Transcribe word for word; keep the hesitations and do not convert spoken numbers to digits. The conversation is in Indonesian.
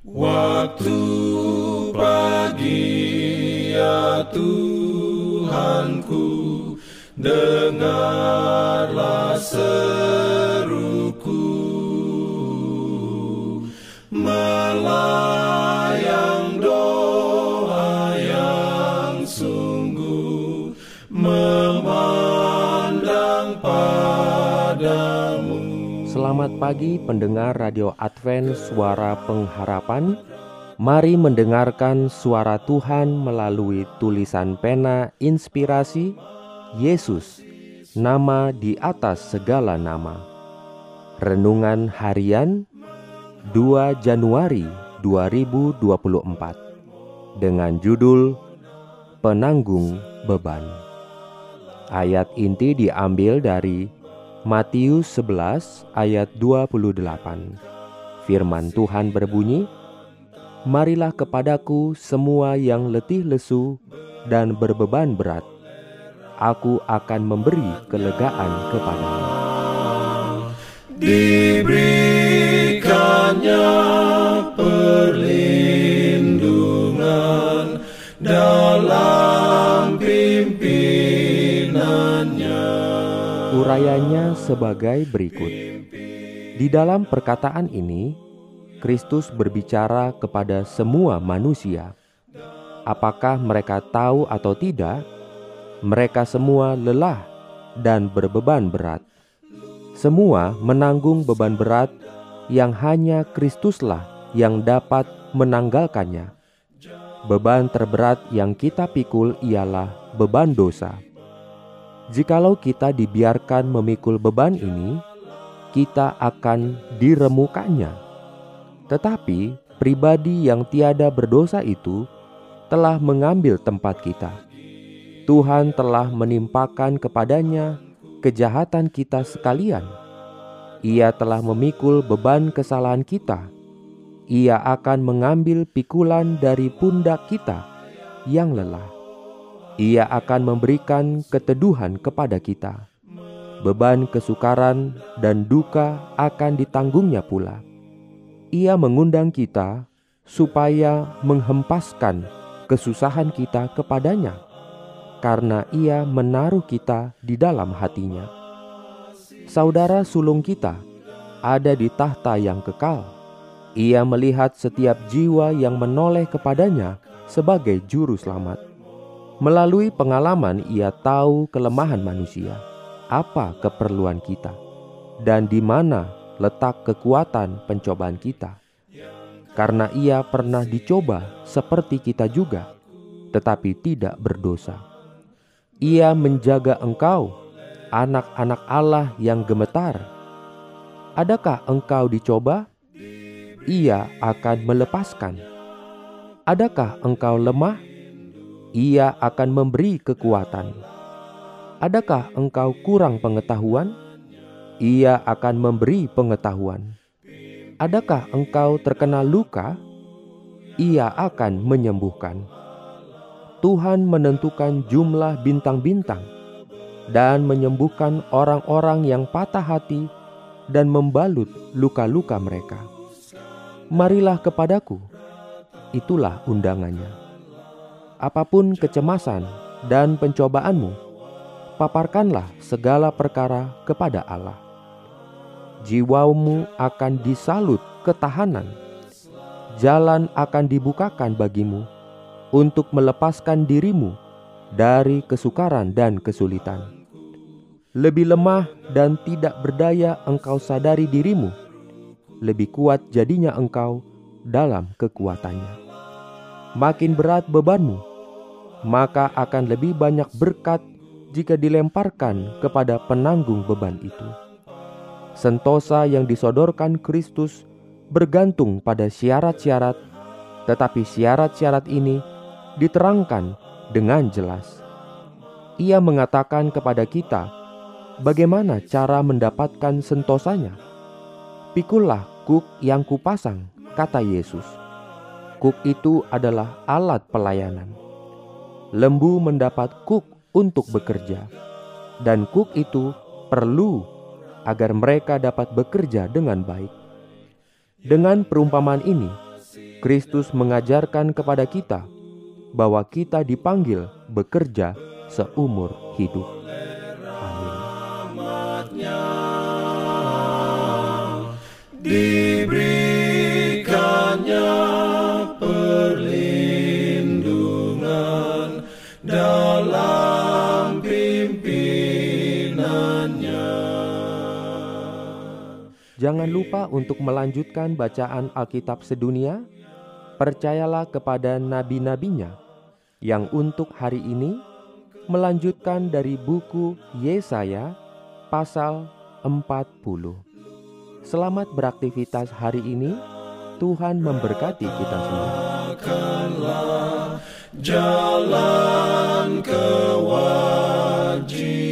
Waktu pagi ya Tuhanku, dengarlah seruku, melayang doa yang sungguh, memandang padamu. Selamat pagi pendengar Radio Advent Suara Pengharapan. Mari mendengarkan suara Tuhan melalui tulisan pena inspirasi Yesus, nama di atas segala nama. Renungan harian dua Januari dua ribu dua puluh empat dengan judul Penanggung Beban. Ayat inti diambil dari Matius sebelas ayat dua puluh delapan. Firman Tuhan berbunyi, "Marilah kepadaku semua yang letih lesu dan berbeban berat, aku akan memberi kelegaan kepadamu." Diberikannya perlindungan dalam pimpinannya. Urayanya sebagai berikut. Di dalam perkataan ini, Kristus berbicara kepada semua manusia. Apakah mereka tahu atau tidak, mereka semua lelah dan berbeban berat. Semua menanggung beban berat yang hanya Kristuslah yang dapat menanggalkannya. Beban terberat yang kita pikul ialah beban dosa. Jikalau kita dibiarkan memikul beban ini, kita akan diremukannya. Tetapi pribadi yang tiada berdosa itu telah mengambil tempat kita. Tuhan telah menimpakan kepadanya kejahatan kita sekalian. Ia telah memikul beban kesalahan kita. Ia akan mengambil pikulan dari pundak kita yang lelah. Ia akan memberikan keteduhan kepada kita. Beban kesukaran dan duka akan ditanggungnya pula. Ia mengundang kita supaya menghempaskan kesusahan kita kepadanya, karena ia menaruh kita di dalam hatinya. Saudara sulung kita ada di tahta yang kekal. Ia melihat setiap jiwa yang menoleh kepadanya sebagai juru selamat. Melalui pengalaman ia tahu kelemahan manusia, apa keperluan kita, dan di mana letak kekuatan pencobaan kita. Karena ia pernah dicoba seperti kita juga, tetapi tidak berdosa. Ia menjaga engkau, anak-anak Allah yang gemetar. Adakah engkau dicoba? Ia akan melepaskan. Adakah engkau lemah? Ia akan memberi kekuatan. Adakah engkau kurang pengetahuan? Ia akan memberi pengetahuan. Adakah engkau terkena luka? Ia akan menyembuhkan. Tuhan menentukan jumlah bintang-bintang dan menyembuhkan orang-orang yang patah hati dan membalut luka-luka mereka. Marilah kepadaku, itulah undangannya. Apapun kecemasan dan pencobaanmu, paparkanlah segala perkara kepada Allah. Jiwamu akan disalut ketahanan. Jalan akan dibukakan bagimu untuk melepaskan dirimu dari kesukaran dan kesulitan. Lebih lemah dan tidak berdaya engkau sadari dirimu, lebih kuat jadinya engkau dalam kekuatannya. Makin berat bebanmu, maka akan lebih banyak berkat jika dilemparkan kepada penanggung beban itu. Sentosa yang disodorkan Kristus bergantung pada syarat-syarat, tetapi syarat-syarat ini diterangkan dengan jelas. Ia mengatakan kepada kita bagaimana cara mendapatkan sentosanya. Pikullah kuk yang kupasang, kata Yesus. Kuk itu adalah alat pelayanan. Lembu mendapat kuk untuk bekerja, dan kuk itu perlu agar mereka dapat bekerja dengan baik. Dengan perumpamaan ini, Kristus mengajarkan kepada kita bahwa kita dipanggil bekerja seumur hidup. Amin. Diberikannya perlindungan dalam pimpinannya. Jangan lupa untuk melanjutkan bacaan Alkitab sedunia. Percayalah kepada nabi-nabinya yang untuk hari ini melanjutkan dari buku Yesaya pasal empat puluh. Selamat beraktivitas hari ini. Tuhan memberkati kita semua. Jalan kewajiban